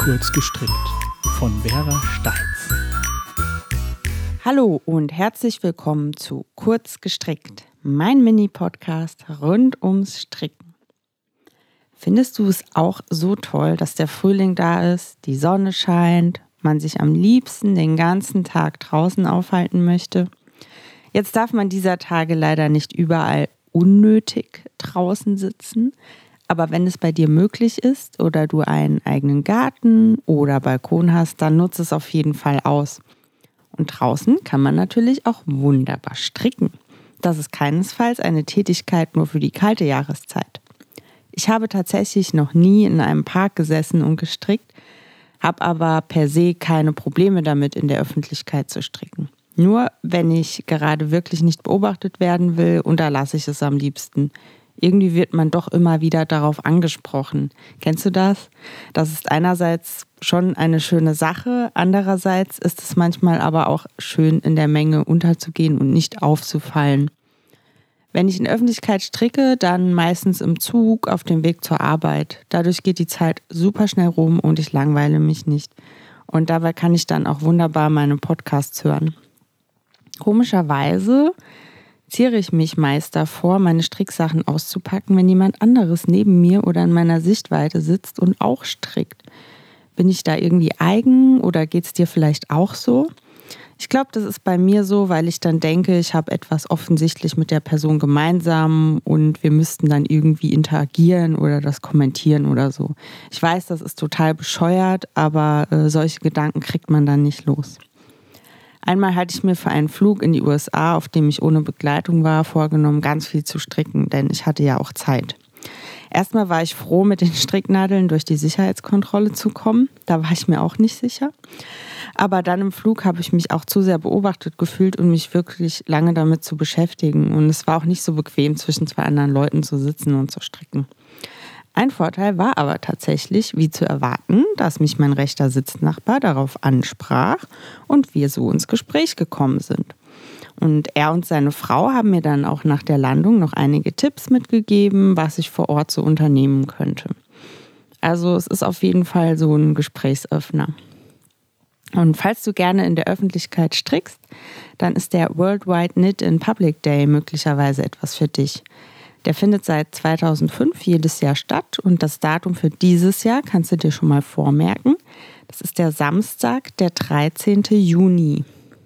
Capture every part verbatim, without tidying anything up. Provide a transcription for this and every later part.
Kurz gestrickt von Vera Steitz. Hallo und herzlich willkommen zu Kurz gestrickt, mein Mini-Podcast rund ums Stricken. Findest du es auch so toll, dass der Frühling da ist, die Sonne scheint, man sich am liebsten den ganzen Tag draußen aufhalten möchte? Jetzt darf man dieser Tage leider nicht überall unnötig draußen sitzen, aber wenn es bei dir möglich ist oder du einen eigenen Garten oder Balkon hast, dann nutze es auf jeden Fall aus. Und draußen kann man natürlich auch wunderbar stricken. Das ist keinesfalls eine Tätigkeit nur für die kalte Jahreszeit. Ich habe tatsächlich noch nie in einem Park gesessen und gestrickt, habe aber per se keine Probleme damit, in der Öffentlichkeit zu stricken. Nur wenn ich gerade wirklich nicht beobachtet werden will, unterlasse ich es am liebsten. Irgendwie wird man doch immer wieder darauf angesprochen. Kennst du das? Das ist einerseits schon eine schöne Sache, andererseits ist es manchmal aber auch schön, in der Menge unterzugehen und nicht aufzufallen. Wenn ich in der Öffentlichkeit stricke, dann meistens im Zug auf dem Weg zur Arbeit. Dadurch geht die Zeit super schnell rum und ich langweile mich nicht. Und dabei kann ich dann auch wunderbar meine Podcasts hören. Komischerweise ziere ich mich meist davor, meine Stricksachen auszupacken, wenn jemand anderes neben mir oder in meiner Sichtweite sitzt und auch strickt. Bin ich da irgendwie eigen oder geht es dir vielleicht auch so? Ich glaube, das ist bei mir so, weil ich dann denke, ich habe etwas offensichtlich mit der Person gemeinsam und wir müssten dann irgendwie interagieren oder das kommentieren oder so. Ich weiß, das ist total bescheuert, aber äh, solche Gedanken kriegt man dann nicht los. Einmal hatte ich mir für einen Flug in die U S A, auf dem ich ohne Begleitung war, vorgenommen, ganz viel zu stricken, denn ich hatte ja auch Zeit. Erstmal war ich froh, mit den Stricknadeln durch die Sicherheitskontrolle zu kommen. Da war ich mir auch nicht sicher. Aber dann im Flug habe ich mich auch zu sehr beobachtet gefühlt und mich wirklich lange damit zu beschäftigen. Und es war auch nicht so bequem, zwischen zwei anderen Leuten zu sitzen und zu stricken. Ein Vorteil war aber tatsächlich, wie zu erwarten, dass mich mein rechter Sitznachbar darauf ansprach und wir so ins Gespräch gekommen sind. Und er und seine Frau haben mir dann auch nach der Landung noch einige Tipps mitgegeben, was ich vor Ort so unternehmen könnte. Also es ist auf jeden Fall so ein Gesprächsöffner. Und falls du gerne in der Öffentlichkeit strickst, dann ist der Worldwide Knit in Public Day möglicherweise etwas für dich. Der findet seit zweitausendfünf jedes Jahr statt und das Datum für dieses Jahr kannst du dir schon mal vormerken. Das ist der Samstag, der dreizehnten Juni.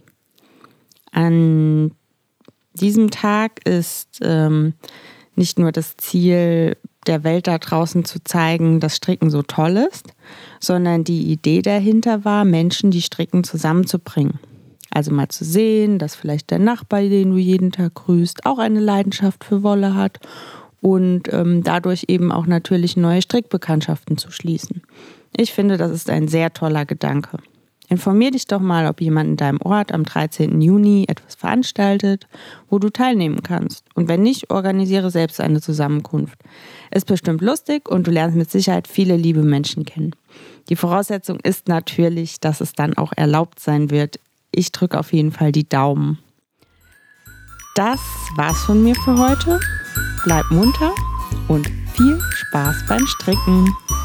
An diesem Tag ist ähm, nicht nur das Ziel, der Welt da draußen zu zeigen, dass Stricken so toll ist, sondern die Idee dahinter war, Menschen, die stricken, zusammenzubringen. Also mal zu sehen, dass vielleicht der Nachbar, den du jeden Tag grüßt, auch eine Leidenschaft für Wolle hat und ähm, dadurch eben auch natürlich neue Strickbekanntschaften zu schließen. Ich finde, das ist ein sehr toller Gedanke. Informier dich doch mal, ob jemand in deinem Ort am dreizehnten Juni etwas veranstaltet, wo du teilnehmen kannst. Und wenn nicht, organisiere selbst eine Zusammenkunft. Ist bestimmt lustig und du lernst mit Sicherheit viele liebe Menschen kennen. Die Voraussetzung ist natürlich, dass es dann auch erlaubt sein wird. Ich drücke auf jeden Fall die Daumen. Das war's von mir für heute. Bleib munter und viel Spaß beim Stricken.